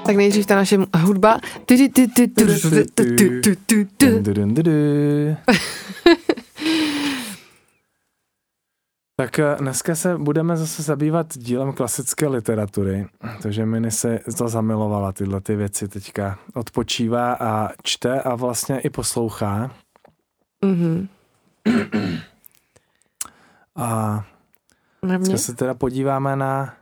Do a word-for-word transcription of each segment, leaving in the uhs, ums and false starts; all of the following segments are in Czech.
Tak nejdřív ta naše hudba. Tak dneska se budeme zase zabývat dílem klasické literatury, takže Mini se to zamilovala, tyhle ty věci teďka odpočívá a čte a vlastně i poslouchá. Mm-hmm. A dneska se teda podíváme na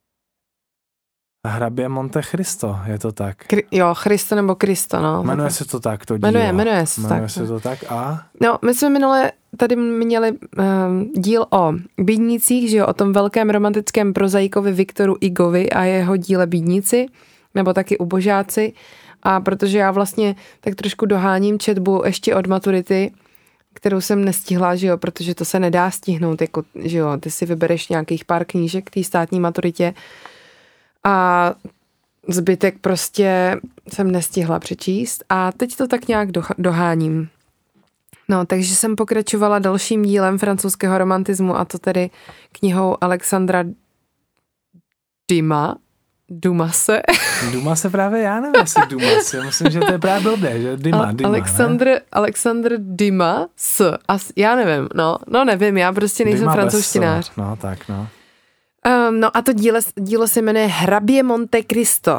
Hrabě Monte Cristo, je to tak? Kri- jo, Christo nebo Kristo, no. Jmenuje se to tak, to dílo. Jmenuje, jmenuje se jmenuje tak. se to tak a? No, my jsme minule tady měli um, díl o bídnících, že jo, o tom velkém romantickém prozaikovi Viktoru Hugovi a jeho díle Bídníci, nebo taky Ubožáci. A protože já vlastně tak trošku doháním četbu ještě od maturity, kterou jsem nestihla, že jo, protože to se nedá stihnout, jako, že jo, ty si vybereš nějakých pár knížek k té státní maturitě a zbytek prostě jsem nestihla přečíst a teď to tak nějak doháním. No, takže jsem pokračovala dalším dílem francouzského romantismu a to tedy knihou Alexandra Dumas. Dumase. Dumase právě, já nevím, jestli Dumas. Já myslím, že to je právě blbě, že Dima, Dima, Alexandr, ne? Alexandr Dumas. As, já nevím, no, no nevím, já prostě nejsem francouzštinář. No, tak, no. Um, no a to dílo, dílo se jmenuje Hrabě Monte Cristo.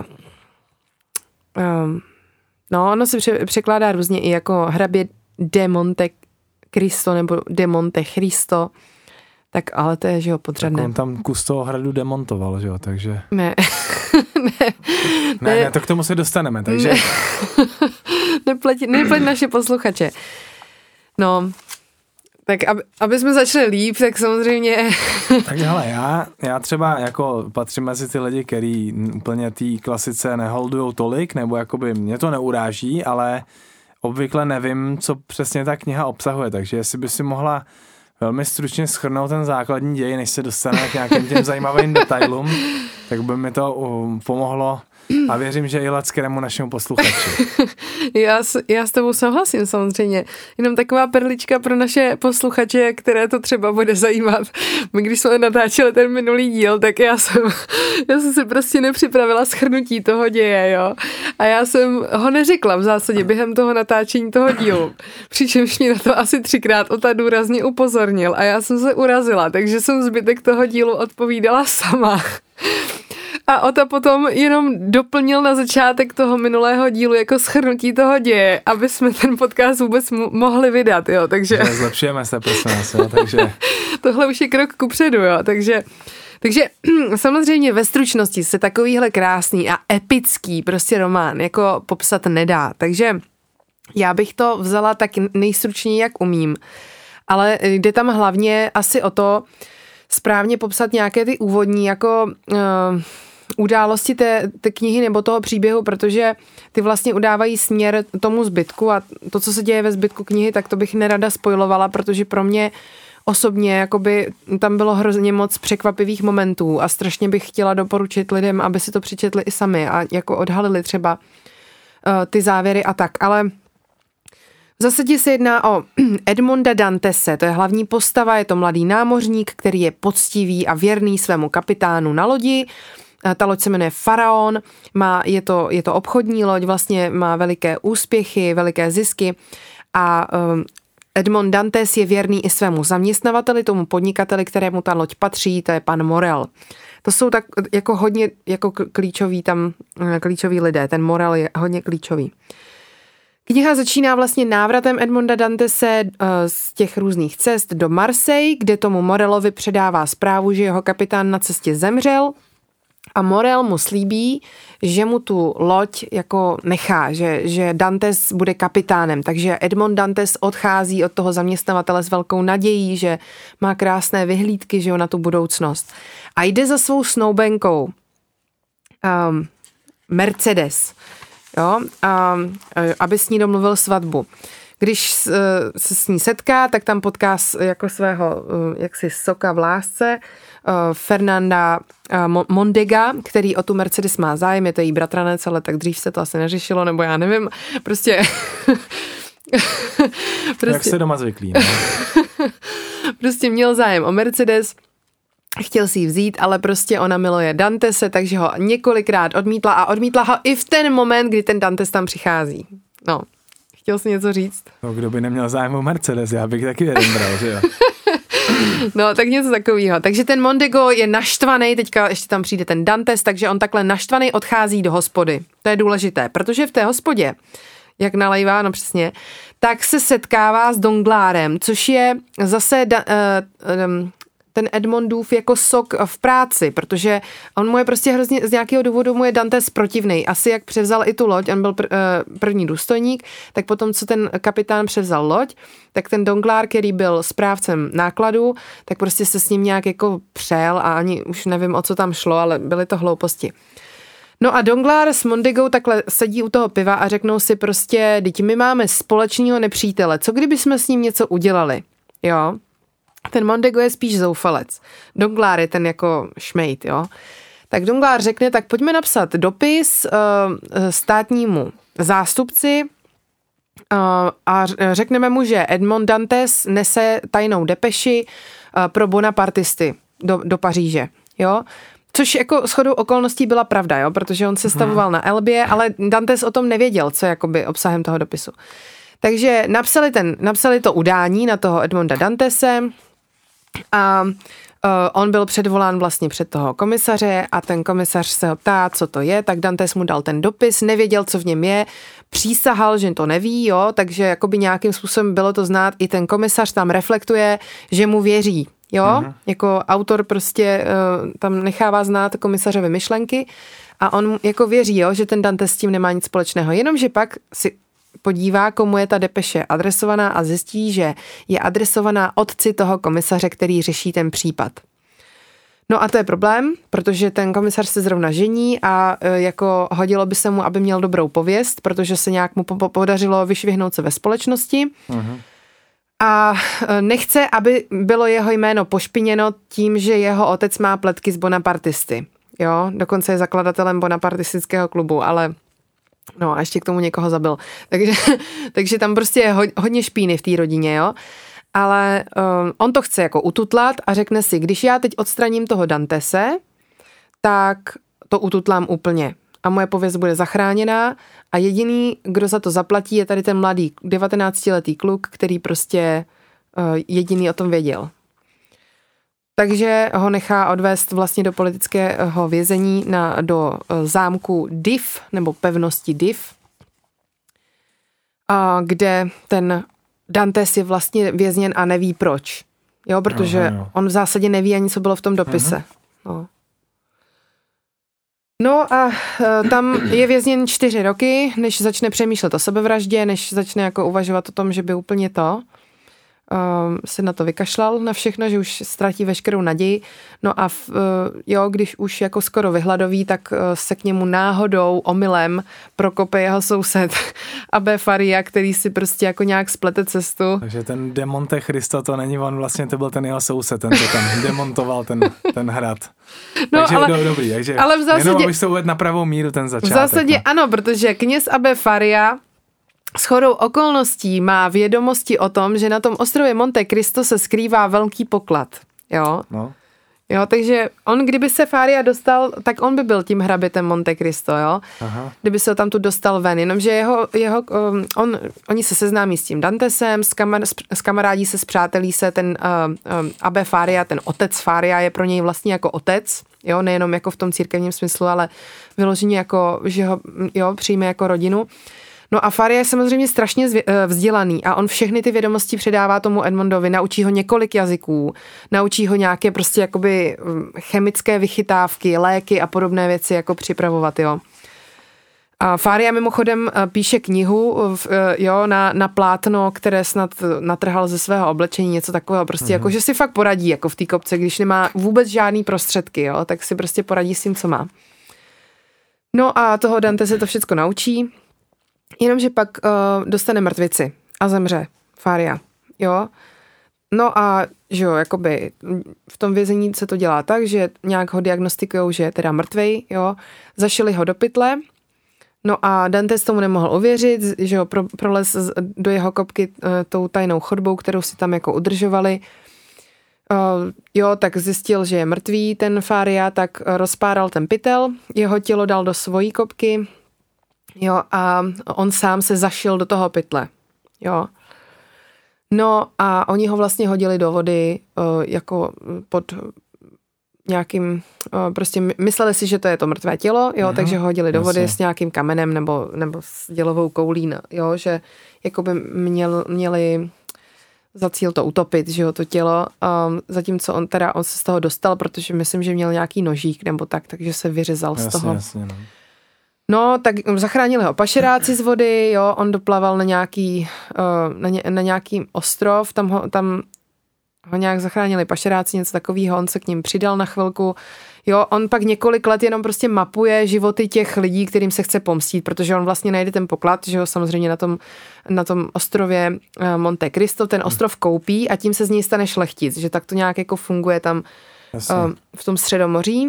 Um, no, ono se pře- překládá různě i jako Hrabě de Monte Cristo nebo de Monte Cristo. Tak ale to je, že jo, podřadné. Tak on tam kus toho hradu demontoval, že jo, takže... Ne. ne, ne, ne, to k tomu se dostaneme, takže... Ne. nepleť, nepleť naše posluchače. No, tak aby, aby jsme začali líp, tak samozřejmě... tak hele, já, já třeba jako patřím mezi ty lidi, který úplně té klasice neholdujou tolik, nebo jakoby mě to neuráží, ale obvykle nevím, co přesně ta kniha obsahuje, takže jestli by si mohla velmi stručně shrnout ten základní děj, než se dostaneme k nějakým těm zajímavým detailům, tak by mi to um, pomohlo a věřím, že i leckému našemu posluchači. já, s, já s tebou souhlasím samozřejmě. Jenom taková perlička pro naše posluchače, které to třeba bude zajímat. My když jsme natáčeli ten minulý díl, tak já jsem, já jsem si prostě nepřipravila shrnutí toho děje, jo. A já jsem ho neřekla v zásadě během toho natáčení toho dílu. Přičemž mě na to asi třikrát Ota důrazně upozornil a já jsem se urazila, takže jsem zbytek toho dílu odpovídala sama. A Ota potom jenom doplnil na začátek toho minulého dílu jako shrnutí toho děje, aby jsme ten podcast vůbec mo- mohli vydat, jo, takže... Zlepšujeme se, prosím vás, jo, takže... Tohle už je krok kupředu, jo, takže... Takže samozřejmě ve stručnosti se takovýhle krásný a epický prostě román jako popsat nedá, takže já bych to vzala tak nejstručněji, jak umím, ale jde tam hlavně asi o to správně popsat nějaké ty úvodní jako... Uh, události té, té knihy nebo toho příběhu, protože ty vlastně udávají směr tomu zbytku a to, co se děje ve zbytku knihy, tak to bych nerada spoilovala, protože pro mě osobně jakoby tam bylo hrozně moc překvapivých momentů a strašně bych chtěla doporučit lidem, aby si to přečetli i sami a jako odhalili třeba uh, ty závěry a tak, ale v zásadě se jedná o Edmonda Dantese, to je hlavní postava, je to mladý námořník, který je poctivý a věrný svému kapitánu na lodi. Ta loď se jmenuje Faraon, má, je, to, je to obchodní loď, vlastně má veliké úspěchy, veliké zisky a um, Edmond Dantes je věrný i svému zaměstnavateli, tomu podnikateli, kterému ta loď patří, to je pan Morel. To jsou tak jako hodně jako klíčoví tam, klíčoví lidé, ten Morel je hodně klíčový. Kniha začíná vlastně návratem Edmonda Dantese z těch různých cest do Marseille, kde tomu Morelovi předává zprávu, že jeho kapitán na cestě zemřel a Morel mu slíbí, že mu tu loď jako nechá, že, že Dantes bude kapitánem, takže Edmond Dantes odchází od toho zaměstnavatele s velkou nadějí, že má krásné vyhlídky, že jo, na tu budoucnost. A jde za svou snoubenkou um, Mercedes, jo, a, aby s ní domluvil svatbu. Když se s ní setká, tak tam potká jako svého jaksi soka v lásce Fernanda Mondega, který o tu Mercedes má zájem, je to její bratranec, ale tak dřív se to asi neřešilo, nebo já nevím, prostě... prostě... Jak se doma zvyklí, ne? Prostě měl zájem o Mercedes chtěl si ji vzít, ale prostě ona miluje Dantese, takže ho několikrát odmítla a odmítla ho i v ten moment, kdy ten Dantes tam přichází. No, chtěl jsi něco říct? No, kdo by neměl zájem o Mercedes, já bych taky jeden bral, že jo? No, tak něco takového. Takže ten Mondego je naštvaný, teďka ještě tam přijde ten Dantes, takže on takhle naštvaný odchází do hospody. To je důležité, protože v té hospodě, jak nalejvá, no přesně, tak se setkává s Danglárem, což je zase da, uh, um, ten Edmondův jako sok v práci, protože on mu je prostě hrozně, z nějakého důvodu mu je Dantes protivnej. Asi jak převzal i tu loď, on byl pr, uh, první důstojník, tak potom, co ten kapitán převzal loď, tak ten Danglars, který byl správcem nákladu, tak prostě se s ním nějak jako přel a ani už nevím, o co tam šlo, ale byly to hlouposti. No a Danglars s Mondegou takhle sedí u toho piva a řeknou si prostě, teď my máme společného nepřítele, co kdyby jsme s ním něco udělali, jo? Ten Mondego je spíš zoufalec. Danglars je ten jako šmejt, jo? Tak Danglars řekne, tak pojďme napsat dopis uh, státnímu zástupci uh, a řekneme mu, že Edmond Dantes nese tajnou depeši uh, pro bonapartisty do, do Paříže, jo? Což jako shodou okolností byla pravda, jo? Protože on se stavoval na Elbě, ale Dantes o tom nevěděl, co je jakoby obsahem toho dopisu. Takže napsali, ten, napsali to udání na toho Edmonda Dantese a uh, on byl předvolán vlastně před toho komisaře a ten komisař se ho ptá, co to je, tak Dantes mu dal ten dopis, nevěděl, co v něm je, přísahal, že to neví, jo, takže jakoby nějakým způsobem bylo to znát, i ten komisař tam reflektuje, že mu věří, jo, uh-huh. Jako autor prostě uh, tam nechává znát komisařovi myšlenky a on jako věří, jo, že ten Dantes s tím nemá nic společného, jenomže pak si podívá, komu je ta depeše adresovaná a zjistí, že je adresovaná otci toho komisaře, který řeší ten případ. No a to je problém, protože ten komisař se zrovna žení a jako hodilo by se mu, aby měl dobrou pověst, protože se nějak mu podařilo vyšvihnout se ve společnosti. Uh-huh. A nechce, aby bylo jeho jméno pošpiněno tím, že jeho otec má pletky s bonapartisty. Jo, dokonce je zakladatelem bonapartistického klubu, ale no a ještě k tomu někoho zabil. Takže, takže tam prostě je hodně špíny v té rodině, jo. Ale um, on to chce jako ututlat a řekne si, když já teď odstraním toho Dantese, tak to ututlám úplně. A moje pověst bude zachráněná a jediný, kdo za to zaplatí, je tady ten mladý devatenáctiletý kluk, který prostě uh, jediný o tom věděl. Takže ho nechá odvést vlastně do politického vězení na, do zámku Div, nebo pevnosti Div, a kde ten Dantes je vlastně vězněn a neví proč. Jo, protože no, no. on v zásadě neví ani, co bylo v tom dopise. No. No a tam je vězněn čtyři roky, než začne přemýšlet o sebevraždě, než začne jako uvažovat o tom, že by úplně to Uh, se na to vykašlal na všechno, že už ztratí veškerou naději. No a v, uh, jo, když už jako skoro vyhladoví, tak uh, se k němu náhodou, omylem prokope jeho soused Abbe Faria, který si prostě jako nějak splete cestu. Takže ten de Monte Cristo, to není on, vlastně to byl ten jeho soused, ten to tam demontoval ten, ten hrad. No, takže ale, do, dobrý, takže ale v zásadě, jenom abych to uvedl na pravou míru ten začátek. V zásadě no. ano, protože kněz Abbe Faria shodou okolností má vědomosti o tom, že na tom ostrově Monte Cristo se skrývá velký poklad. Jo? No. Jo, takže on, kdyby se Faria dostal, tak on by byl tím hrabětem Monte Cristo, jo? Aha. Kdyby se ho tam tu dostal ven, jenomže jeho, jeho um, on, oni se seznámí s tím Dantesem, s, kamar, s kamarádí se, spřátelí se, ten uh, um, Abbe Faria, ten otec Faria je pro něj vlastně jako otec, jo, nejenom jako v tom církevním smyslu, ale vyloženě jako, že ho jo, přijme jako rodinu. No a Faria je samozřejmě strašně vzdělaný a on všechny ty vědomosti předává tomu Edmondovi, naučí ho několik jazyků, naučí ho nějaké prostě jakoby chemické vychytávky, léky a podobné věci jako připravovat, jo. A Faria mimochodem píše knihu, jo, na, na plátno, které snad natrhal ze svého oblečení, něco takového, prostě mm-hmm. jako, že si fakt poradí jako v té kopce, když nemá vůbec žádný prostředky, jo, tak si prostě poradí s tím, co má. No a toho Dante se to všechno naučí. Jenomže pak uh, dostane mrtvici a zemře Faria, jo. No a že jo, jakoby v tom vězení se to dělá tak, že nějak ho diagnostikujou, že je teda mrtvej, jo. Zašili ho do pytle, no a Dantes tomu nemohl uvěřit, že jo, pro, prolez do jeho kopky uh, tou tajnou chodbou, kterou si tam jako udržovali. Uh, jo, tak zjistil, že je mrtvý ten Faria, tak rozpáral ten pytel, jeho tělo dal do svojí kopky, jo, a on sám se zašil do toho pytle, jo. No a oni ho vlastně hodili do vody uh, jako pod nějakým, uh, prostě mysleli si, že to je to mrtvé tělo, jo, mm-hmm. takže ho hodili do vody s nějakým kamenem nebo, nebo s dělovou koulí, jo, že jakoby měl, měli za cíl to utopit, že jo, to tělo, um, zatímco on teda, on se z toho dostal, protože myslím, že měl nějaký nožík nebo tak, takže se vyřezal jasně, z toho. Jasně, no. No, tak zachránili ho pašeráci z vody, jo, on doplaval na nějaký, uh, na, ně, na nějaký ostrov, tam ho, tam ho nějak zachránili pašeráci, něco takového, on se k ním přidal na chvilku, jo, on pak několik let jenom prostě mapuje životy těch lidí, kterým se chce pomstít, protože on vlastně najde ten poklad, že jo, samozřejmě na tom, na tom ostrově Monte Cristo, ten ostrov koupí a tím se z něj stane šlechtic, že tak to nějak jako funguje tam uh, v tom Středomoří.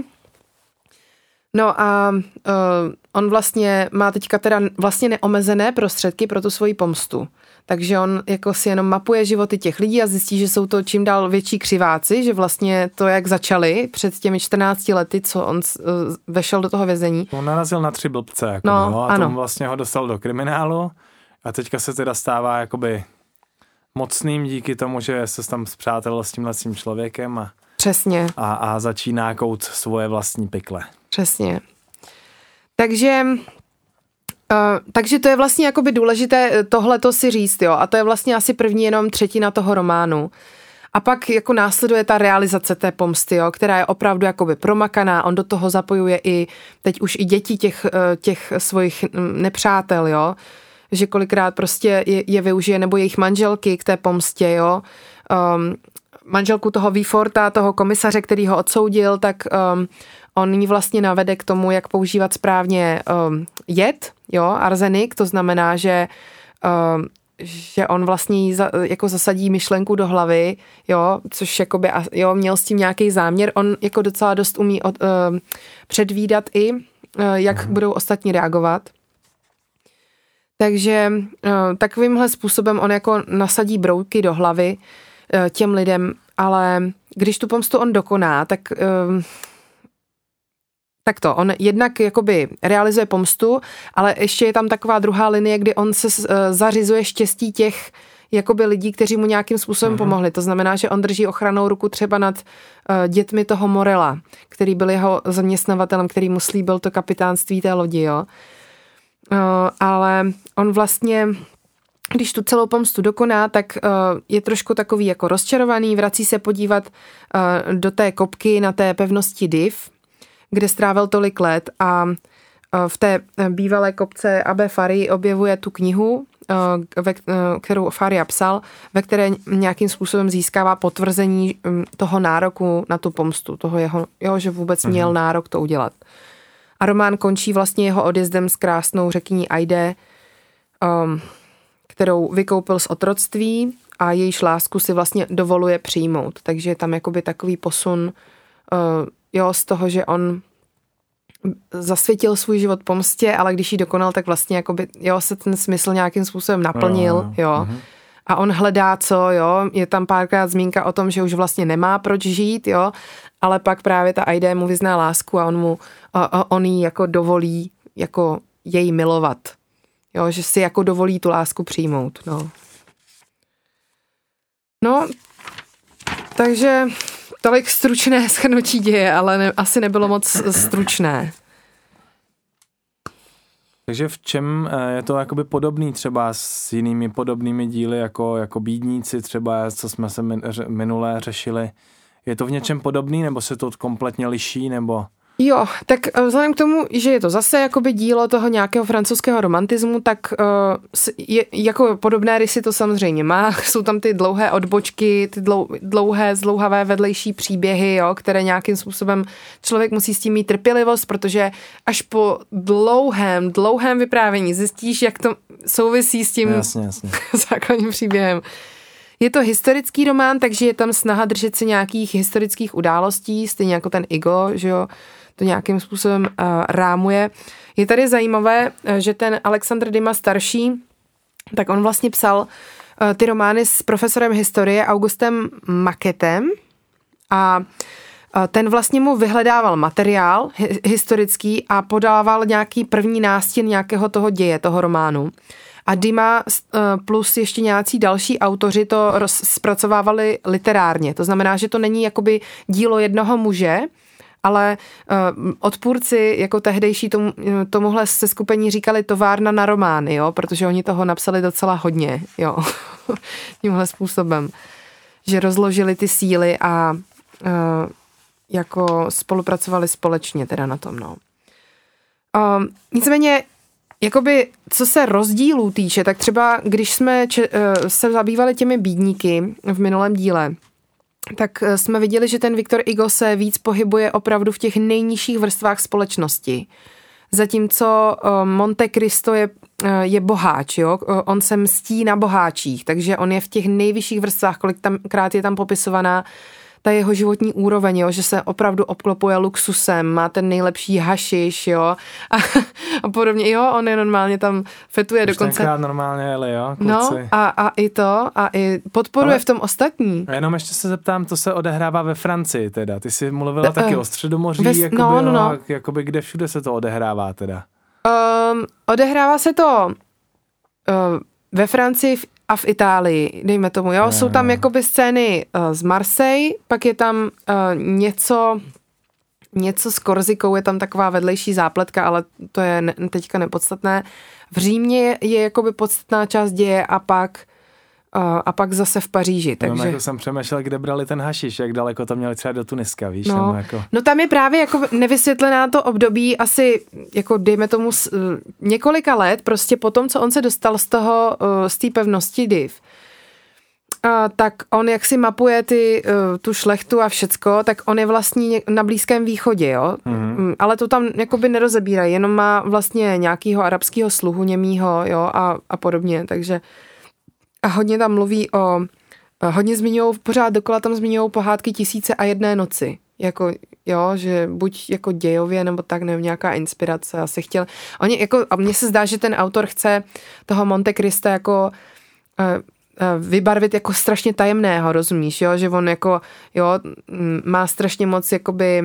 No a uh, on vlastně má teďka teda vlastně neomezené prostředky pro tu svoji pomstu. Takže on jako si jenom mapuje životy těch lidí a zjistí, že jsou to čím dál větší křiváci, že vlastně to, jak začali před těmi čtrnácti lety, co on uh, vešel do toho vězení. On narazil na tři blbce, jako no, no, a ano. tom vlastně ho dostal do kriminálu a teďka se teda stává jakoby mocným díky tomu, že se tam spřátelil s tímhle tím člověkem a, Přesně. a, a začíná kout svoje vlastní pikle. Přesně. Takže... Uh, takže to je vlastně jakoby důležité tohleto si říct, jo, a to je vlastně asi první jenom třetina toho románu. A pak jako následuje ta realizace té pomsty, jo, která je opravdu jakoby promakaná, on do toho zapojuje i teď už i děti těch, těch svojich nepřátel, jo, že kolikrát prostě je, je využije, nebo jejich manželky k té pomstě, jo, um, manželku toho Výforta, toho komisaře, který ho odsoudil, tak um, on ji vlastně navede k tomu, jak používat správně um, jed, jo, arzenik, to znamená, že, um, že on vlastně jí za, jako zasadí myšlenku do hlavy, jo, což jakoby, jo, měl s tím nějaký záměr, on jako docela dost umí od, um, předvídat i, uh, jak mm. budou ostatní reagovat. Takže uh, takovýmhle způsobem on jako nasadí brouky do hlavy uh, těm lidem, ale když tu pomstu on dokoná, tak... Uh, Tak to, on jednak jakoby realizuje pomstu, ale ještě je tam taková druhá linie, kdy on se uh, zařizuje štěstí těch jakoby lidí, kteří mu nějakým způsobem uh-huh. pomohli. To znamená, že on drží ochrannou ruku třeba nad uh, dětmi toho Morela, který byl jeho zaměstnavatelem, který mu slíbil to kapitánství té lodi, jo. Uh, ale on vlastně, když tu celou pomstu dokoná, tak uh, je trošku takový jako rozčarovaný, vrací se podívat uh, do té kopky na té pevnosti Div, kde strávil tolik let a v té bývalé kopce Abé Fari objevuje tu knihu, kterou Faria psal, ve které nějakým způsobem získává potvrzení toho nároku na tu pomstu, toho jeho, jeho že vůbec měl nárok to udělat. A román končí vlastně jeho odjezdem s krásnou řekyní Aide, kterou vykoupil z otroctví a jejíž lásku si vlastně dovoluje přijmout. Takže je tam jakoby takový posun jo, z toho, že on zasvětil svůj život pomstě, ale když ji dokonal, tak vlastně jakoby, jo, se ten smysl nějakým způsobem naplnil, jo. jo. Uh-huh. A on hledá co, jo, je tam párkrát zmínka o tom, že už vlastně nemá proč žít, jo, ale pak právě ta Aide mu vyzná lásku a on mu, a, a on jí jako dovolí, jako jej milovat, jo, že si jako dovolí tu lásku přijmout, no. No, takže... Tolik stručné shrnutí děje, ale ne, asi nebylo moc stručné. Takže v čem je to jakoby podobný třeba s jinými podobnými díly, jako, jako Bídníci třeba, co jsme se minulé řešili? Je to v něčem podobný, nebo se to kompletně liší, nebo... Jo, tak vzhledem k tomu, že je to zase jakoby dílo toho nějakého francouzského romantismu, tak uh, je, jako podobné rysy to samozřejmě má. Jsou tam ty dlouhé odbočky, ty dlou, dlouhé, zdlouhavé vedlejší příběhy, jo, které nějakým způsobem člověk musí s tím mít trpělivost, protože až po dlouhém, dlouhém vyprávění zjistíš, jak to souvisí s tím jasně, jasně. základním příběhem. Je to historický román, takže je tam snaha držet se nějakých historických událostí, stejně jako ten Igo, že jo, to nějakým způsobem uh, rámuje. Je tady zajímavé, že ten Alexandre Dumas starší, tak on vlastně psal uh, ty romány s profesorem historie Augustem Maquetem, A ten vlastně mu vyhledával materiál historický a podával nějaký první nástin nějakého toho děje, toho románu. A Dumas plus ještě nějací další autoři to zpracovávali literárně. To znamená, že to není jakoby dílo jednoho muže, ale uh, odpůrci jako tehdejší tomu, tomuhle seskupení říkali továrna na romány, jo, protože oni toho napsali docela hodně, jo, tímhle způsobem, že rozložili ty síly a uh, jako spolupracovali společně teda na tom, no. Um, nicméně, jakoby, co se rozdílů týče, tak třeba, když jsme če- uh, se zabývali těmi bídníky v minulém díle, tak jsme viděli, že ten Victor Hugo se víc pohybuje opravdu v těch nejnižších vrstvách společnosti. Zatímco Monte Cristo je, je boháč, jo? On se mstí na boháčích, takže on je v těch nejvyšších vrstvách, kolikrát je tam popisovaná ta jeho životní úroveň, jo? Že se opravdu obklopuje luxusem, má ten nejlepší hašiš, jo, a, a podobně. Jo, on je normálně tam fetuje už dokonce. Tenkrát normálně jeli, jo, kluci. No a, a i to, a i podporuje ale v tom ostatní. A jenom ještě se zeptám, to se odehrává ve Francii teda. Ty jsi mluvila uh, taky o Středomoří, ves, jakoby, no, no, no. jakoby kde všude se to odehrává teda? Um, odehrává se to uh, ve Francii a v Itálii, dejme tomu, jo. Jsou tam jakoby scény uh, z Marseille, pak je tam uh, něco, něco s Korzikou, je tam taková vedlejší zápletka, ale to je ne, teďka nepodstatné. V Římě je, je jakoby podstatná část děje a pak uh, a pak zase v Paříži. Takže... No, jako jsem přemýšlel, kde brali ten hašiš, jak daleko to měli třeba do Tuniska, víš? No, jako... no tam je právě jako nevysvětlená to období asi, jako dejme tomu uh, několika let, prostě po tom, co on se dostal z toho, uh, z té pevnosti Div, uh, tak on jak si mapuje ty, uh, tu šlechtu a všecko, tak on je vlastně na Blízkém východě, jo? Mm-hmm. Ale to tam jakoby nerozebírají, jenom má vlastně nějakýho arabského sluhu němýho, jo, a, a podobně, takže a hodně tam mluví o, hodně zmiňujou, pořád dokola tam zmiňujou pohádky Tisíce a jedné noci. Jako, jo, že buď jako dějově, nebo tak, nevím, nějaká inspirace, asi chtěl. Oni jako, a mně se zdá, že ten autor chce toho Monte Crista jako uh, uh, vybarvit jako strašně tajemného, rozumíš, jo, že on jako, jo, má strašně moc jakoby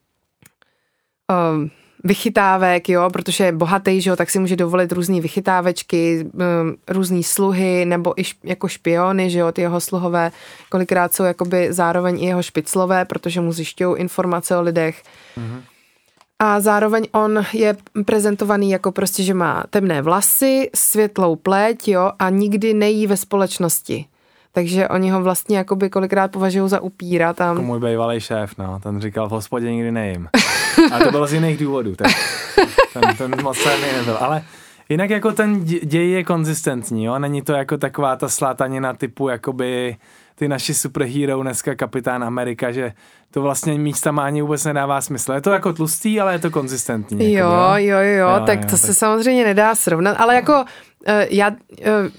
uh, vychytávek, jo, protože je bohatý, že jo, tak si může dovolit různý vychytávečky, různý sluhy, nebo i šp, jako špiony, že jo, ty jeho sluhové, kolikrát jsou jakoby zároveň i jeho špiclové, protože mu zjišťují informace o lidech. Mm-hmm. A zároveň on je prezentovaný jako prostě, že má temné vlasy, světlou pleť, jo, a nikdy nejí ve společnosti. Takže oni ho vlastně jakoby kolikrát považují za upíra tam. Jako můj bývalý šéf, no, ten říkal, v hospodě nikdy nejím. A to bylo z jiných důvodů, tak ten, ten moc se nebyl. Ale jinak jako ten děj je konzistentní, jo, není to jako taková ta slátanina typu jakoby ty naši superhero, dneska Kapitán Amerika, že to vlastně místama ani vůbec nedává smysl. Je to jako tlustý, ale je to konzistentní. Jo, jako, jo, jo, jo, tak jo, to tak... se samozřejmě nedá srovnat, ale jako uh, já... Uh,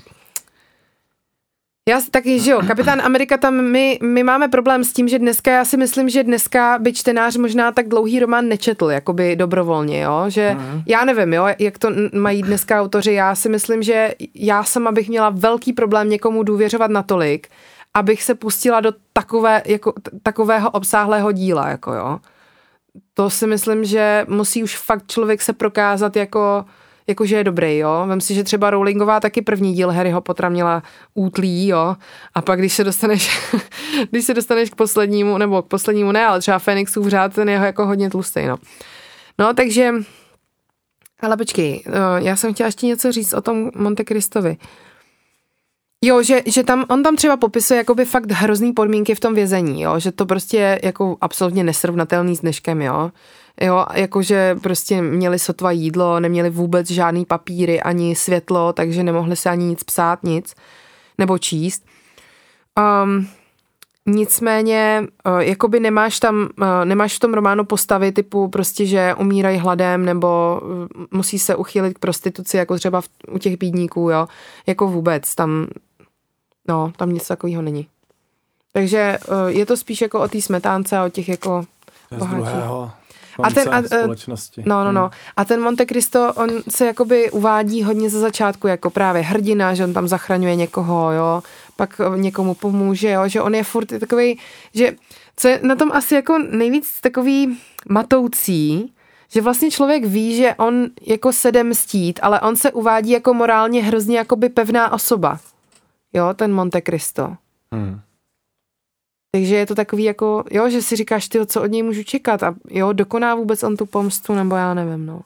Já taky, že jo, Kapitán Amerika tam, my, my máme problém s tím, že dneska, já si myslím, že dneska by čtenář možná tak dlouhý román nečetl, jakoby dobrovolně, jo, že mm. já nevím, jo, jak to mají dneska autoři, já si myslím, že já sama bych měla velký problém někomu důvěřovat natolik, abych se pustila do takové, jako, takového obsáhlého díla, jako jo. To si myslím, že musí už fakt člověk se prokázat jako... jakože je dobrý, jo. Vem si, že třeba Rowlingová taky první díl Harryho Pottera měla útlý, jo. A pak, když se dostaneš, když se dostaneš k poslednímu, nebo k poslednímu ne, ale třeba Fénixův řád, ten je jako hodně tlustý, no. No, takže, ale počkej, já jsem chtěla ještě něco říct o tom Monte Cristovi. Jo, že, že tam, on tam třeba popisuje jakoby fakt hrozný podmínky v tom vězení, jo, že to prostě je jako absolutně nesrovnatelný s dneškem, jo. Jo, jakože prostě měli sotva jídlo, neměli vůbec žádný papíry, ani světlo, takže nemohli se ani nic psát, nic, nebo číst. Um, nicméně, uh, jakoby nemáš tam, uh, nemáš v tom románu postavy typu prostě, že umírají hladem, nebo uh, musí se uchýlit k prostituci, jako třeba v, u těch bídníků, jo, jako vůbec, tam, no, tam nic takového není. Takže uh, je to spíš jako o té smetánce a o těch jako bohatších. A ten, a, no, no, no. A ten Monte Cristo, on se jakoby uvádí hodně ze začátku jako právě hrdina, že on tam zachraňuje někoho, jo, pak někomu pomůže, jo, že on je furt takovej, že Co je na tom asi jako nejvíc takový matoucí, že vlastně člověk ví, že on jako se jde mstít, ale on se uvádí jako morálně hrozně jakoby pevná osoba. Jo, ten Monte Cristo. Hmm. Takže je to takový jako, jo, že si říkáš, tyjo, co od něj můžu čekat a jo, dokoná vůbec on tu pomstu, nebo já nevím, no.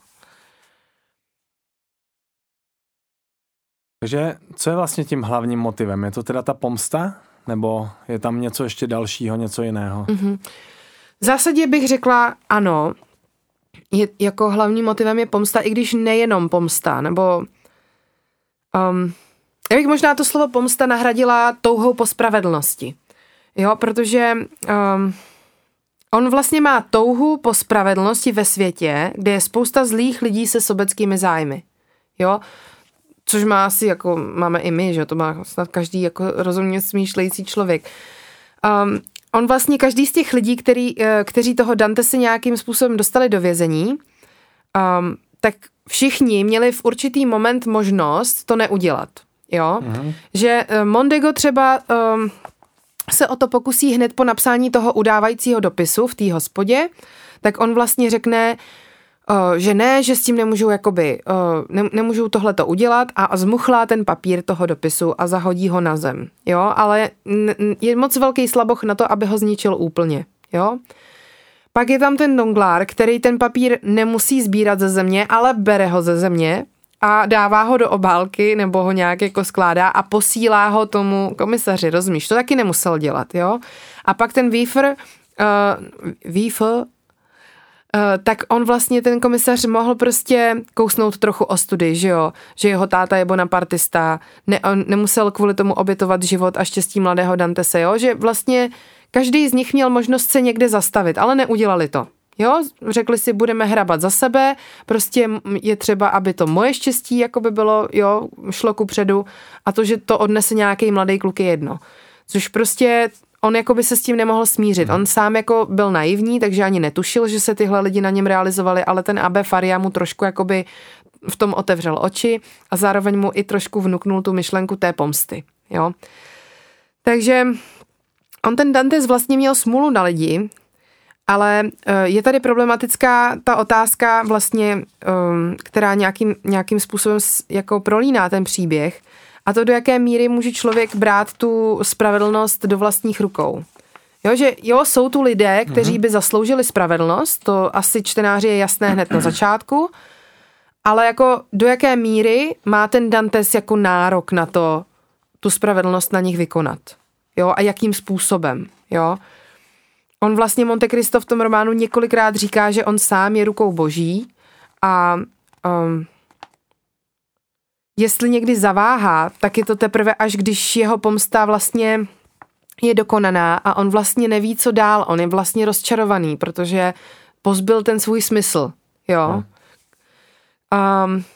Takže co je vlastně tím hlavním motivem? Je to teda ta pomsta? Nebo je tam něco ještě dalšího, něco jiného? Mm-hmm. V zásadě bych řekla ano. Je, jako hlavním motivem je pomsta, i když nejenom pomsta, nebo um, já bych možná to slovo pomsta nahradila touhou po spravedlnosti. Jo, protože um, on vlastně má touhu po spravedlnosti ve světě, kde je spousta zlých lidí se sobeckými zájmy. Jo, což má asi, jako máme i my, že to má snad každý jako rozumně smýšlející člověk. Um, on vlastně každý z těch lidí, který, kteří toho Dante si nějakým způsobem dostali do vězení, um, tak všichni měli v určitý moment možnost to neudělat. Jo? Mm-hmm. Že Mondego třeba um, se o to pokusí hned po napsání toho udávajícího dopisu v té hospodě, tak on vlastně řekne, Uh, že ne, že s tím nemůžou jakoby, uh, ne, nemůžou tohleto udělat a, a zmuchlá ten papír toho dopisu a zahodí ho na zem, jo, ale n, je moc velký slaboch na to, aby ho zničil úplně, jo. Pak je tam ten Danglars, který ten papír nemusí sbírat ze země, ale bere ho ze země a dává ho do obálky nebo ho nějak jako skládá a posílá ho tomu komisaři, rozumíš, to taky nemusel dělat, jo. A pak ten Wiefer, uh, Wiefer, Uh, tak on vlastně, ten komisař, mohl prostě kousnout trochu ostudy, že jo, že jeho táta je bonapartista, ne, on nemusel kvůli tomu obětovat život a štěstí mladého Dantese, jo, že vlastně každý z nich měl možnost se někde zastavit, ale neudělali to, jo, řekli si, budeme hrabat za sebe, prostě je třeba, aby to moje štěstí jako by bylo, jo, šlo kupředu a to, že to odnese nějaký mladý kluk je jedno, což prostě on jako by se s tím nemohl smířit. On sám jako byl naivní, takže ani netušil, že se tyhle lidi na něm realizovali, ale ten Abbe Faria mu trošku jakoby v tom otevřel oči a zároveň mu i trošku vnuknul tu myšlenku té pomsty. Jo? Takže on ten Dantes vlastně měl smůlu na lidi, ale je tady problematická ta otázka vlastně, která nějakým, nějakým způsobem jako prolíná ten příběh, a to, do jaké míry může člověk brát tu spravedlnost do vlastních rukou. Jo, že jo, jsou tu lidé, kteří by zasloužili spravedlnost, to asi čtenáři je jasné hned na začátku, ale jako do jaké míry má ten Dantes jako nárok na to, tu spravedlnost na nich vykonat. Jo, a jakým způsobem, jo. On vlastně Monte Cristo v tom románu několikrát říká, že on sám je rukou boží a um, jestli někdy zaváhá, tak je to teprve až když jeho pomsta vlastně je dokonaná a on vlastně neví, co dál. On je vlastně rozčarovaný, protože pozbyl ten svůj smysl. Jo. Um,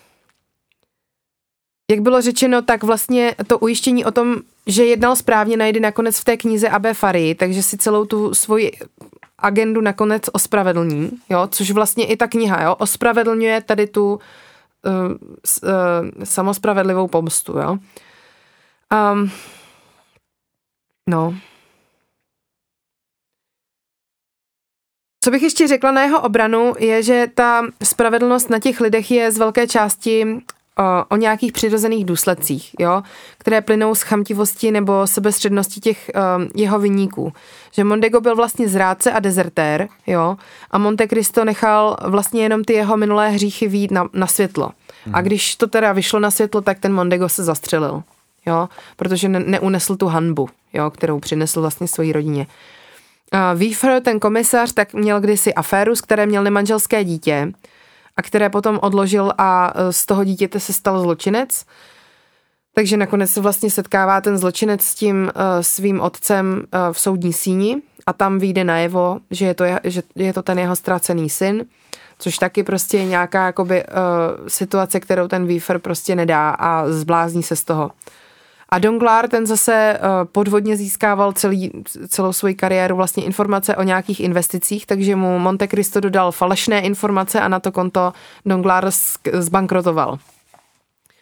jak bylo řečeno, tak vlastně to ujištění o tom, že jednal správně, najde nakonec v té knize Abbe Farii, takže si celou tu svoji agendu nakonec ospravedlní, jo, což vlastně i ta kniha, jo, ospravedlňuje tady tu Uh, uh, samospravedlivou pomstu, jo. Um, no. Co bych ještě řekla na jeho obranu, je, že ta spravedlnost na těch lidech je z velké části uh, o nějakých přirozených důsledcích, jo, které plynou z chamtivosti nebo sebestřednosti těch um, jeho viníků. Že Mondego byl vlastně zrádce a dezertér, jo, a Monte Cristo nechal vlastně jenom ty jeho minulé hříchy vyjít na, na světlo. Hmm. A když to teda vyšlo na světlo, tak ten Mondego se zastřelil, jo, protože ne, neunesl tu hanbu, jo, kterou přinesl vlastně svojí rodině. Uh, Wiefer, ten komisař, tak měl kdysi aféru, z které měl nemanželské dítě a které potom odložil a z toho dítěte se stal zločinec. Takže nakonec se vlastně setkává ten zločinec s tím uh, svým otcem uh, v soudní síni a tam vyjde najevo, že je to, je, že je to ten jeho ztracený syn, což taky prostě je nějaká jakoby, uh, situace, kterou ten Wiefer prostě nedá a zblázní se z toho. A Danglars, ten zase uh, podvodně získával celý, celou svoji kariéru vlastně informace o nějakých investicích, takže mu Monte Cristo dodal falešné informace a na to konto Danglars zbankrotoval.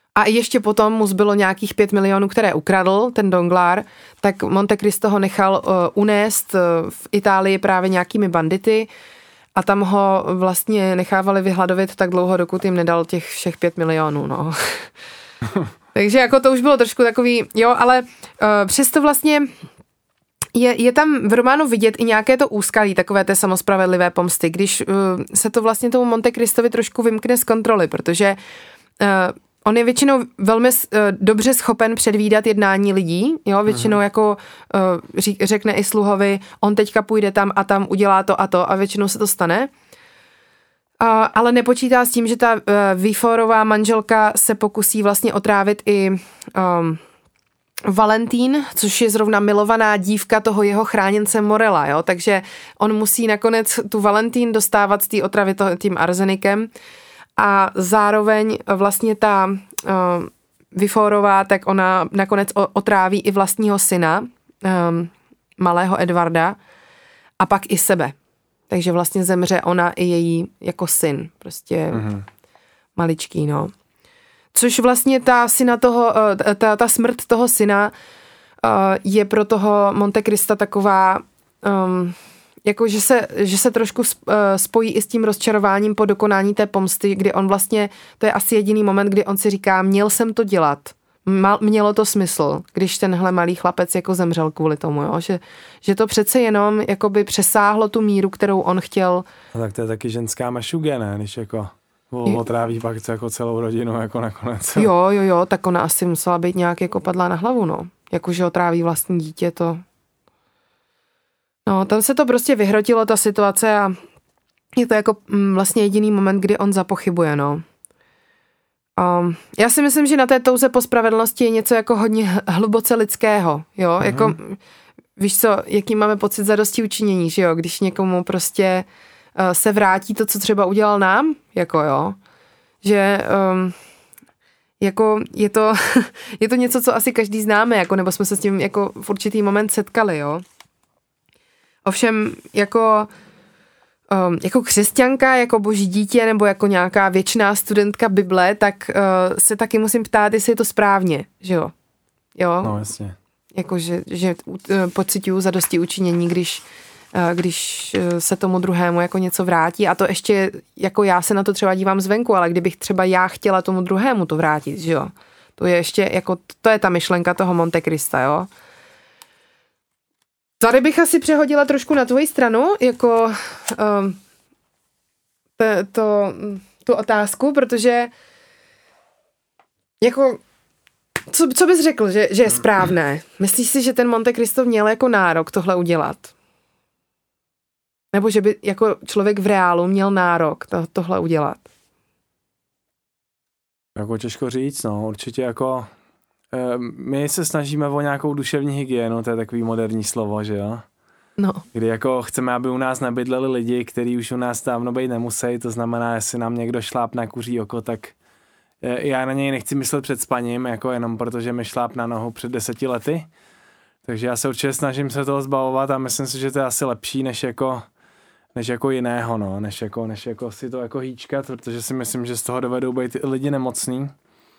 A ještě potom mu zbylo nějakých pět milionů, které ukradl, ten Danglars, tak Monte Cristo ho nechal uh, unést uh, v Itálii právě nějakými bandity a tam ho vlastně nechávali vyhladovit tak dlouho, dokud jim nedal těch všech pět milionů, no. Takže jako to už bylo trošku takový, jo, ale uh, přesto vlastně je, je tam v románu vidět i nějaké to úskalí, takové té samospravedlivé pomsty, když uh, se to vlastně tomu Monte Cristovi trošku vymkne z kontroly, protože uh, on je většinou velmi uh, dobře schopen předvídat jednání lidí, jo, většinou uh-huh. jako uh, řík, řekne i sluhovi, on teďka půjde tam a tam, udělá to a to a většinou se to stane. Uh, ale nepočítá s tím, že ta uh, Viforová manželka se pokusí vlastně otrávit i um, Valentín, což je zrovna milovaná dívka toho jeho chráněnce Morela, jo, takže on musí nakonec tu Valentín dostávat z té otravy toho, tím arzenikem a zároveň vlastně ta uh, Viforová, tak ona nakonec otráví i vlastního syna, um, malého Edvarda a pak i sebe. Takže vlastně zemře ona i její jako syn, prostě mm-hmm. maličký, no. Což vlastně ta syna toho, ta, ta smrt toho syna je pro toho Monte Crista taková, um, jako že se, že se trošku spojí i s tím rozčarováním po dokonání té pomsty, kdy on vlastně, to je asi jediný moment, kdy on si říká, měl jsem to dělat. Mělo to smysl, když tenhle malý chlapec jako zemřel kvůli tomu, jo? Že, že to přece jenom jakoby přesáhlo tu míru, kterou on chtěl. No tak to je taky ženská mašuge, ne? Když jako otráví pak jako celou rodinu jako nakonec. Jo, jo, jo, tak ona asi musela být nějak jako padlá na hlavu, no. Jakože otráví vlastní dítě, to... No, tam se to prostě vyhrotilo, ta situace a je to jako mm, vlastně jediný moment, kdy on zapochybuje, no. Um, já si myslím, že na té touze po spravedlnosti je něco jako hodně hluboce lidského, jo, mm-hmm. jako víš co, jaký máme pocit zadosti učinění, že jo, když někomu prostě uh, se vrátí to, co třeba udělal nám, jako jo, že um, jako je to, je to něco, co asi každý známe, jako, nebo jsme se s tím jako v určitý moment setkali, jo. Ovšem, jako Um, jako křesťanka, jako boží dítě nebo jako nějaká věčná studentka Bible, tak uh, se taky musím ptát, jestli je to správně, že jo? Jo? No jasně. Jako, že, že uh, pociťuju zadosti učinění, když, uh, když uh, se tomu druhému jako něco vrátí a to ještě, jako já se na to třeba dívám zvenku, ale kdybych třeba já chtěla tomu druhému to vrátit, že jo? To je ještě, jako, to je ta myšlenka toho Monte Crista, jo? Tady bych asi přehodila trošku na tvoji stranu, jako um, to, to, tu otázku, protože jako, co, co bys řekl, že, že je správné? Myslíš si, že ten Monte Cristo měl jako nárok tohle udělat? Nebo že by jako člověk v reálu měl nárok to, tohle udělat? Jako těžko říct, no, určitě jako... My se snažíme o nějakou duševní hygienu, to je takový moderní slovo, že jo? No. Kdy jako chceme, aby u nás nebydleli lidi, kteří už u nás dávno být nemusí, to znamená, jestli nám někdo šláp na kuří oko, tak já na něj nechci myslet před spaním, jako jenom protože mi šláp na nohu před deseti lety. Takže já se určitě snažím se toho zbavovat a myslím si, že to je asi lepší, než jako, než jako jiného, no, než jako, než jako si to jako hýčkat, protože si myslím, že z toho dovedou být lidi nemocný.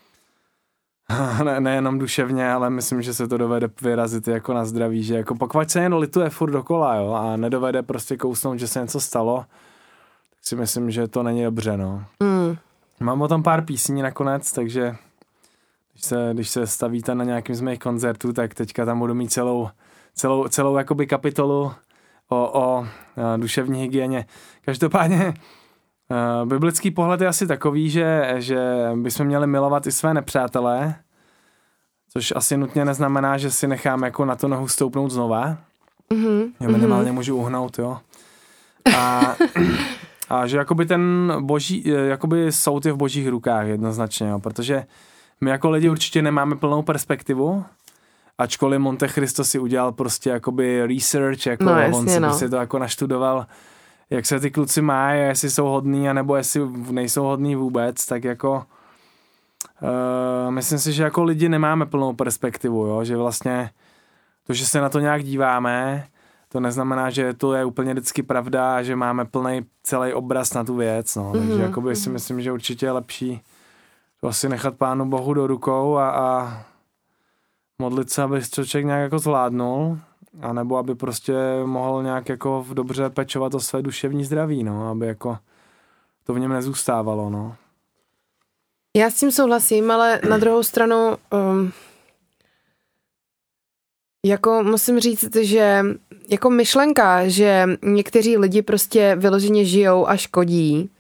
Ne, nejenom duševně, ale myslím, že se to dovede vyrazit jako na zdraví, že jako pokud se jen lituje furt dokola, jo, a nedovede prostě kousnout, že se něco stalo, tak si myslím, že to není dobře, no. Mm. Mám o tom pár písní nakonec, takže když se, když se stavíte na nějakým z mých koncertů, tak teďka tam budu mít celou, celou, celou jakoby kapitolu o, o duševní hygieně. Každopádně Uh, biblický pohled je asi takový, že, že bychom měli milovat i své nepřátelé, což asi nutně neznamená, že si nechám jako na to nohu stoupnout znova. Mm-hmm. Já minimálně mm-hmm. můžu uhnout, jo. A, a že jakoby ten boží, jakoby soud je v božích rukách jednoznačně, jo, protože my jako lidi určitě nemáme plnou perspektivu, ačkoliv Monte Cristo si udělal prostě jakoby research, jako no, jasně, on si no. prostě to jako naštudoval, jak se ty kluci mají, jestli jsou hodný, anebo jestli nejsou hodný vůbec, tak jako uh, myslím si, že jako lidi nemáme plnou perspektivu, jo? Že vlastně to, že se na to nějak díváme, to neznamená, že to je úplně vždycky pravda a že máme plný celý obraz na tu věc, no. Takže mm-hmm. jakoby si myslím, že určitě je lepší to asi nechat Pánu Bohu do rukou a, a modlit se, aby to člověk nějak jako zvládnul, anebo aby prostě mohl nějak jako dobře pečovat o své duševní zdraví, no, aby jako to v něm nezůstávalo, no. Já s tím souhlasím, ale na druhou stranu um, jako musím říct, že jako myšlenka, že někteří lidi prostě vyloženě žijou a škodí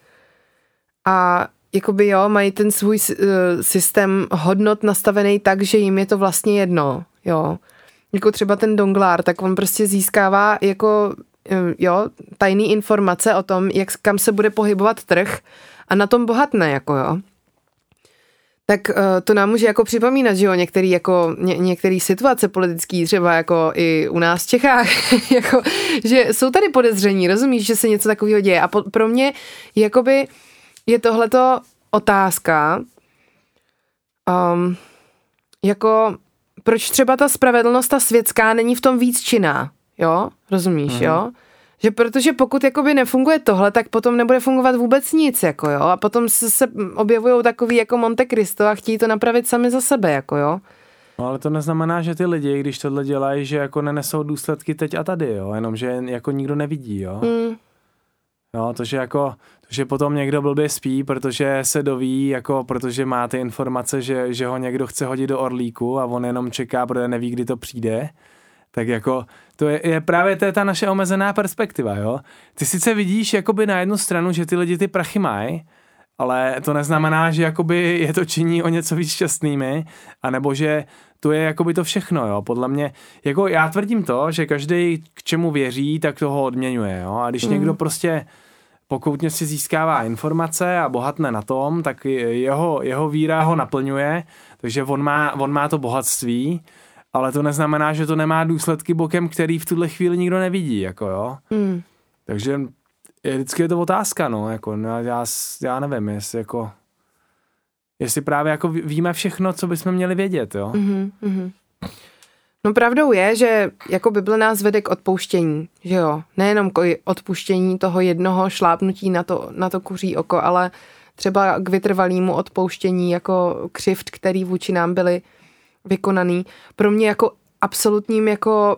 a jakoby jo, mají ten svůj uh, systém hodnot nastavený tak, že jim je to vlastně jedno, jo. Jako třeba ten Donglár, tak on prostě získává jako uh, jo, tajný informace o tom, jak, kam se bude pohybovat trh a na tom bohatne, jako jo. Tak uh, to nám může jako připomínat, že jo, některý, jako, ně, některý situace politický, třeba jako i u nás v Čechách, jako, že jsou tady podezření, rozumíš, že se něco takového děje. A po, pro mě jakoby je tohleto otázka, um, jako proč třeba ta spravedlnost, ta světská, není v tom víc činná, jo, rozumíš, mm. jo? Že protože pokud jakoby nefunguje tohle, tak potom nebude fungovat vůbec nic, jako jo, a potom se, se objevují takový jako Monte Cristo a chtějí to napravit sami za sebe, jako jo. No ale to neznamená, že ty lidi, když tohle dělají, že jako nenesou důsledky teď a tady, jo, jenom že jako nikdo nevidí, jo. Mm. Jo, to, že jako, to, že potom někdo blbě spí, protože se doví, jako, protože má ty informace, že, že ho někdo chce hodit do orlíku a on jenom čeká, protože neví, kdy to přijde. Tak jako, to je, je právě to je ta naše omezená perspektiva, jo. Ty sice vidíš jakoby na jednu stranu, že ty lidi ty prachy mají, ale to neznamená, že jakoby je to činí o něco víc šťastnými, anebo že to je jakoby to všechno, jo. Podle mě, jako já tvrdím to, že každý k čemu věří, tak toho odměňuje, jo. A když mm. někdo prostě pokoutně si získává informace a bohatne na tom, tak jeho, jeho víra ho naplňuje, takže on má, on má to bohatství, ale to neznamená, že to nemá důsledky bokem, který v tuhle chvíli nikdo nevidí, jako jo. Mm. Takže je, vždycky je to otázka, no, jako, no, já, já nevím, jestli jako, jestli právě jako víme všechno, co bychom měli vědět, jo. Mm-hmm, mm-hmm. No pravdou je, že jako Bible nás vede k odpouštění, že jo. Nejenom k odpuštění toho jednoho šlápnutí na to, na to kuří oko, ale třeba k vytrvalému odpouštění jako křivd, který vůči nám byly vykonaný. Pro mě jako absolutním jako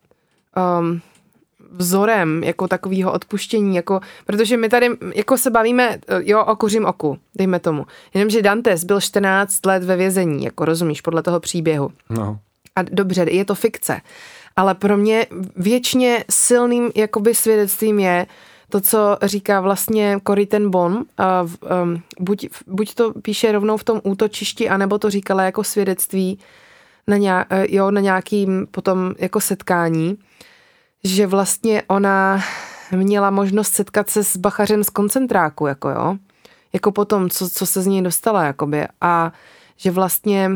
um, vzorem jako takového odpuštění, jako, protože my tady jako se bavíme jo, o kuřím oku, dejme tomu. Jenomže Dantes byl čtrnáct let ve vězení, jako rozumíš, podle toho příběhu. No. A dobře, je to fikce, ale pro mě věčně silným jakoby svědectvím je to, co říká vlastně Corrie ten Boom, uh, um, buď, buď to píše rovnou v tom útočišti, anebo to říkala jako svědectví na, nějak, uh, jo, na nějakým potom jako setkání, že vlastně ona měla možnost setkat se s bachařem z koncentráku, jako jo, jako potom, co, co se z něj dostala, jakoby, a že vlastně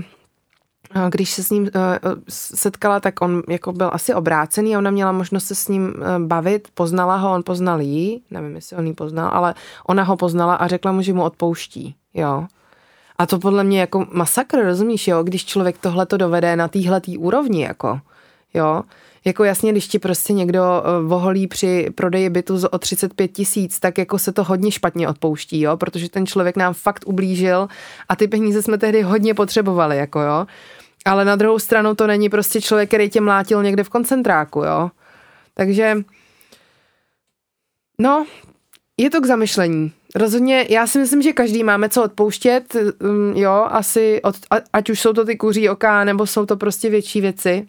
když se s ním uh, setkala, tak on jako byl asi obrácený a ona měla možnost se s ním uh, bavit, poznala ho, on poznal jí, nevím, jestli on jí poznal, ale ona ho poznala a řekla mu, že mu odpouští, jo. A to podle mě jako masakr, rozumíš, jo, když člověk tohle to dovede na téhletý úrovni, jako, jo. Jako jasně, když ti prostě někdo voholí při prodeji bytu o třicet pět tisíc, tak jako se to hodně špatně odpouští, jo, protože ten člověk nám fakt ublížil a ty peníze jsme tehdy hodně potřebovali, jako jo. Ale na druhou stranu to není prostě člověk, který tě mlátil někde v koncentráku, jo. Takže, no, je to k zamyšlení. Rozhodně, já si myslím, že každý máme co odpouštět, jo, asi, od, ať už jsou to ty kuří oka, nebo jsou to prostě větší věci.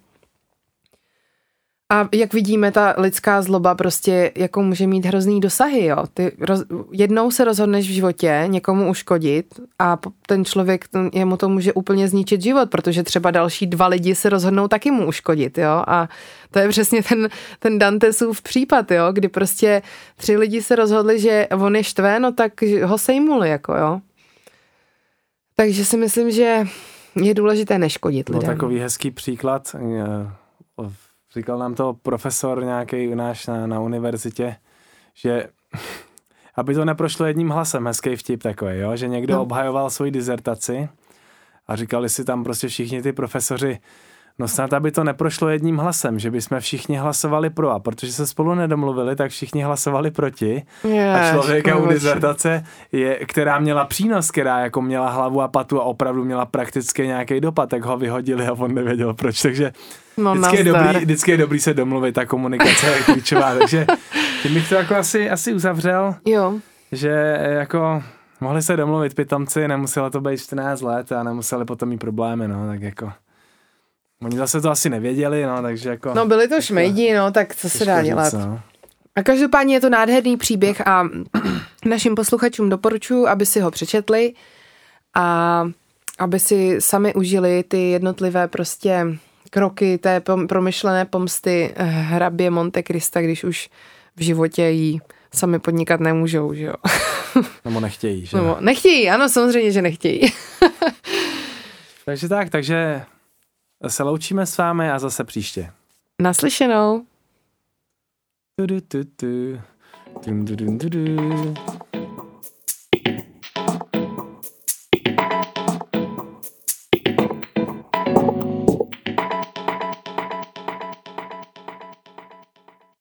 A jak vidíme, ta lidská zloba prostě jako může mít hrozný dosahy, jo. Ty roz, jednou se rozhodneš v životě někomu uškodit a ten člověk, jemu to může úplně zničit život, protože třeba další dva lidi se rozhodnou taky mu uškodit, jo. A to je přesně ten, ten Dantesův případ, jo, kdy prostě tři lidi se rozhodli, že on je štve, no tak ho sejmuli, jako jo. Takže si myslím, že je důležité neškodit lidem. No takový hezký příklad, říkal nám to profesor nějaký náš na, na univerzitě, že aby to neprošlo jedním hlasem, hezký vtip takový, jo? Že někdo no. obhajoval svoji dizertaci a říkali si tam prostě všichni ty profesoři, no snad, aby to neprošlo jedním hlasem, že bychom všichni hlasovali pro, a protože se spolu nedomluvili, tak všichni hlasovali proti. Je, a člověka u dizertace, je, která měla přínos, která jako měla hlavu a patu a opravdu měla prakticky nějaký dopad, tak ho vyhodili a on nevěděl proč, takže no, vždycky, je dobrý, vždycky je dobrý se domluvit, ta komunikace je klíčová, takže tím bych to jako asi, asi uzavřel, jo. že jako mohli se domluvit pitomci, nemuselo to být čtrnáct let a nemuseli potom mít problémy, no, tak jako oni zase to asi nevěděli, no, takže jako... No byli to šmejdi, no, tak co se dá dělat. Říct, no. A každopádně je to nádherný příběh a našim posluchačům doporučuji, aby si ho přečetli a aby si sami užili ty jednotlivé prostě kroky té pom- promyšlené pomsty hrabě Monte Crista, když už v životě jí sami podnikat nemůžou, že jo. Nebo nechtějí, že? Nebo nechtějí, ano, samozřejmě, že nechtějí. Takže tak, takže se loučíme s vámi a zase příště. Naslyšenou. Du, du, du, du. Dum, du, du, du, du.